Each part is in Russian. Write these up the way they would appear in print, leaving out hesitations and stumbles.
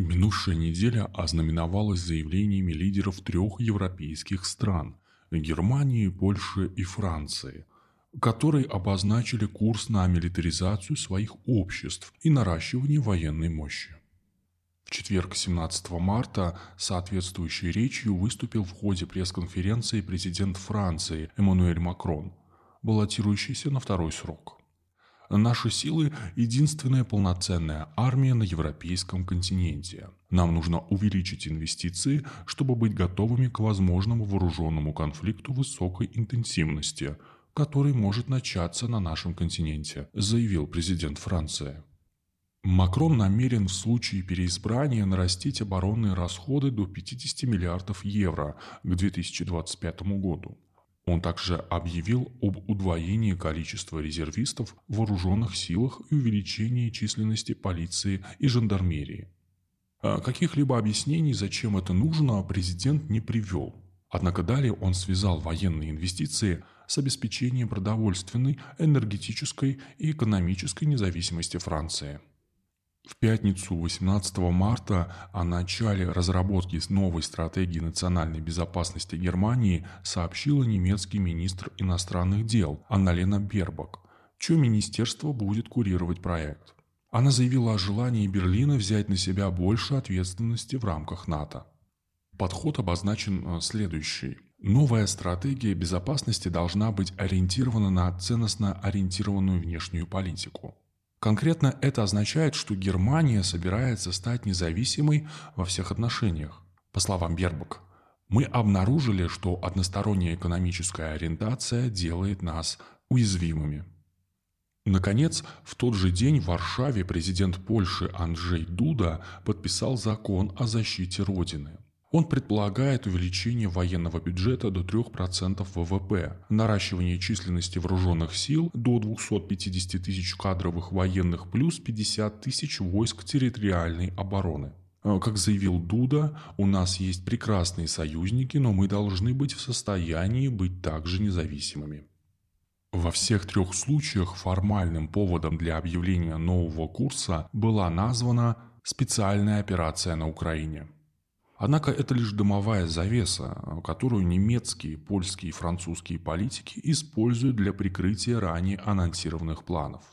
Минувшая неделя ознаменовалась заявлениями лидеров трех европейских стран – Германии, Польши и Франции, которые обозначили курс на милитаризацию своих обществ и наращивание военной мощи. В четверг, 17 марта, соответствующей речью выступил в ходе пресс-конференции президент Франции Эммануэль Макрон, баллотирующийся на второй срок. Наши силы – единственная полноценная армия на европейском континенте. Нам нужно увеличить инвестиции, чтобы быть готовыми к возможному вооруженному конфликту высокой интенсивности, который может начаться на нашем континенте, заявил президент Франции. Макрон намерен в случае переизбрания нарастить оборонные расходы до 50 миллиардов евро к 2025 году. Он также объявил об удвоении количества резервистов в вооруженных силах и увеличении численности полиции и жандармерии. Каких-либо объяснений, зачем это нужно, президент не привел. Однако далее он связал военные инвестиции с обеспечением продовольственной, энергетической и экономической независимости Франции. В пятницу, 18 марта, о начале разработки новой стратегии национальной безопасности Германии сообщила немецкий министр иностранных дел Анна-Лена Бербок, чье министерство будет курировать проект. Она заявила о желании Берлина взять на себя больше ответственности в рамках НАТО. Подход обозначен следующий. Новая стратегия безопасности должна быть ориентирована на ценностно ориентированную внешнюю политику. Конкретно это означает, что Германия собирается стать независимой во всех отношениях. По словам Бербок, мы обнаружили, что односторонняя экономическая ориентация делает нас уязвимыми. Наконец, в тот же день в Варшаве президент Польши Анджей Дуда подписал закон о защите Родины. Он предполагает увеличение военного бюджета до 3% ВВП, наращивание численности вооруженных сил до 250 тысяч кадровых военных плюс 50 тысяч войск территориальной обороны. Как заявил Дуда, у нас есть прекрасные союзники, но мы должны быть в состоянии быть также независимыми. Во всех трех случаях формальным поводом для объявления нового курса была названа специальная операция на Украине. Однако это лишь дымовая завеса, которую немецкие, польские и французские политики используют для прикрытия ранее анонсированных планов.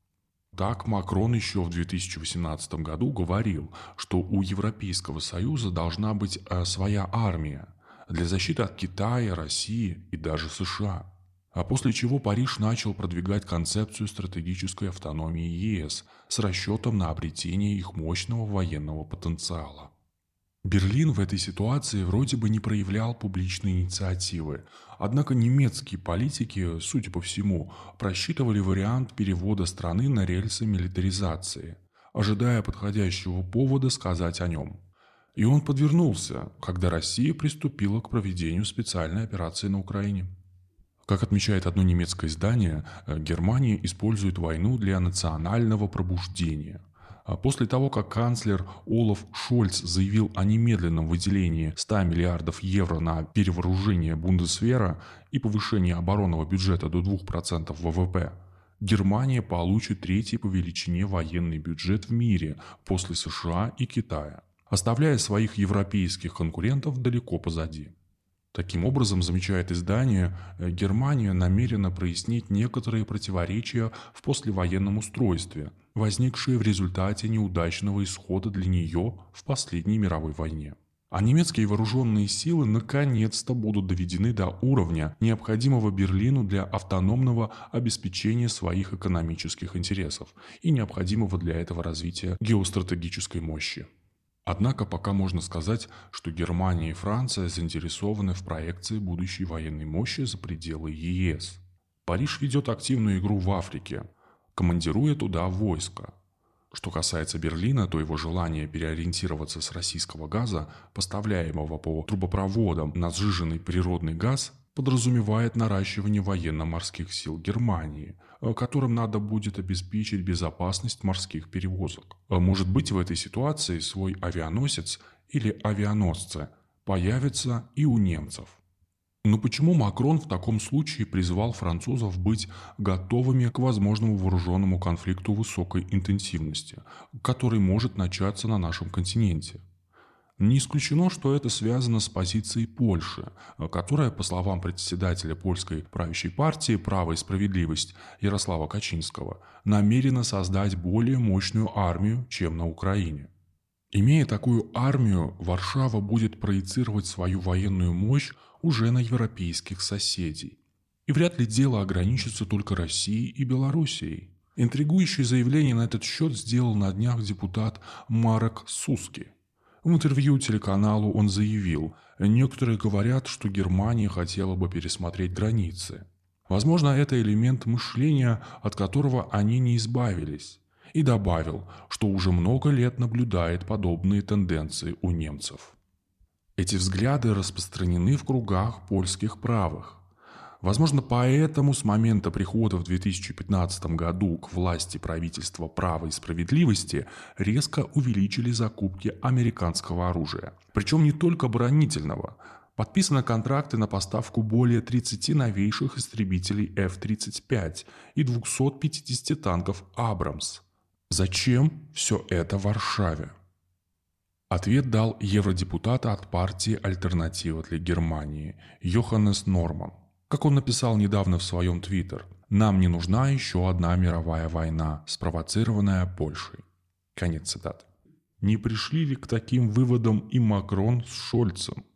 Так, Макрон еще в 2018 году говорил, что у Европейского Союза должна быть своя армия для защиты от Китая, России и даже США. А после чего Париж начал продвигать концепцию стратегической автономии ЕС с расчетом на обретение их мощного военного потенциала. Берлин в этой ситуации вроде бы не проявлял публичной инициативы, однако немецкие политики, судя по всему, просчитывали вариант перевода страны на рельсы милитаризации, ожидая подходящего повода сказать о нем. И он подвернулся, когда Россия приступила к проведению специальной операции на Украине. Как отмечает одно немецкое издание, Германия использует войну для национального пробуждения. После того, как канцлер Олаф Шольц заявил о немедленном выделении 100 миллиардов евро на перевооружение Бундесвера и повышение оборонного бюджета до 2% ВВП, Германия получит третий по величине военный бюджет в мире после США и Китая, оставляя своих европейских конкурентов далеко позади. Таким образом, замечает издание, Германия намерена прояснить некоторые противоречия в послевоенном устройстве, возникшие в результате неудачного исхода для нее в последней мировой войне. А немецкие вооруженные силы наконец-то будут доведены до уровня, необходимого Берлину для автономного обеспечения своих экономических интересов и необходимого для этого развития геостратегической мощи. Однако пока можно сказать, что Германия и Франция заинтересованы в проекции будущей военной мощи за пределы ЕС. Париж ведет активную игру в Африке, командируя туда войска. Что касается Берлина, то его желание переориентироваться с российского газа, поставляемого по трубопроводам на сжиженный природный газ, подразумевает наращивание военно-морских сил Германии, которым надо будет обеспечить безопасность морских перевозок. Может быть, в этой ситуации свой авианосец или авианосцы появится и у немцев. Но почему Макрон в таком случае призвал французов быть готовыми к возможному вооруженному конфликту высокой интенсивности, который может начаться на нашем континенте? Не исключено, что это связано с позицией Польши, которая, по словам председателя польской правящей партии «Право и справедливость» Ярослава Качинского, намерена создать более мощную армию, чем на Украине. Имея такую армию, Варшава будет проецировать свою военную мощь уже на европейских соседей. И вряд ли дело ограничится только Россией и Белоруссией. Интригующее заявление на этот счет сделал на днях депутат Марек Суски. В интервью телеканалу он заявил: «Некоторые говорят, что Германия хотела бы пересмотреть границы. Возможно, это элемент мышления, от которого они не избавились». И добавил, что уже много лет наблюдает подобные тенденции у немцев. Эти взгляды распространены в кругах польских правых. Возможно, поэтому с момента прихода в 2015 году к власти правительства «Права и справедливости» резко увеличили закупки американского оружия. Причем не только оборонительного. Подписаны контракты на поставку более 30 новейших истребителей F-35 и 250 танков «Абрамс». Зачем все это Варшаве? Ответ дал евродепутат от партии «Альтернатива для Германии» Йоханнес Норман. Как он написал недавно в своем твиттер: «Нам не нужна еще одна мировая война, спровоцированная Польшей». Конец цитаты. Не пришли ли к таким выводам и Макрон с Шольцем?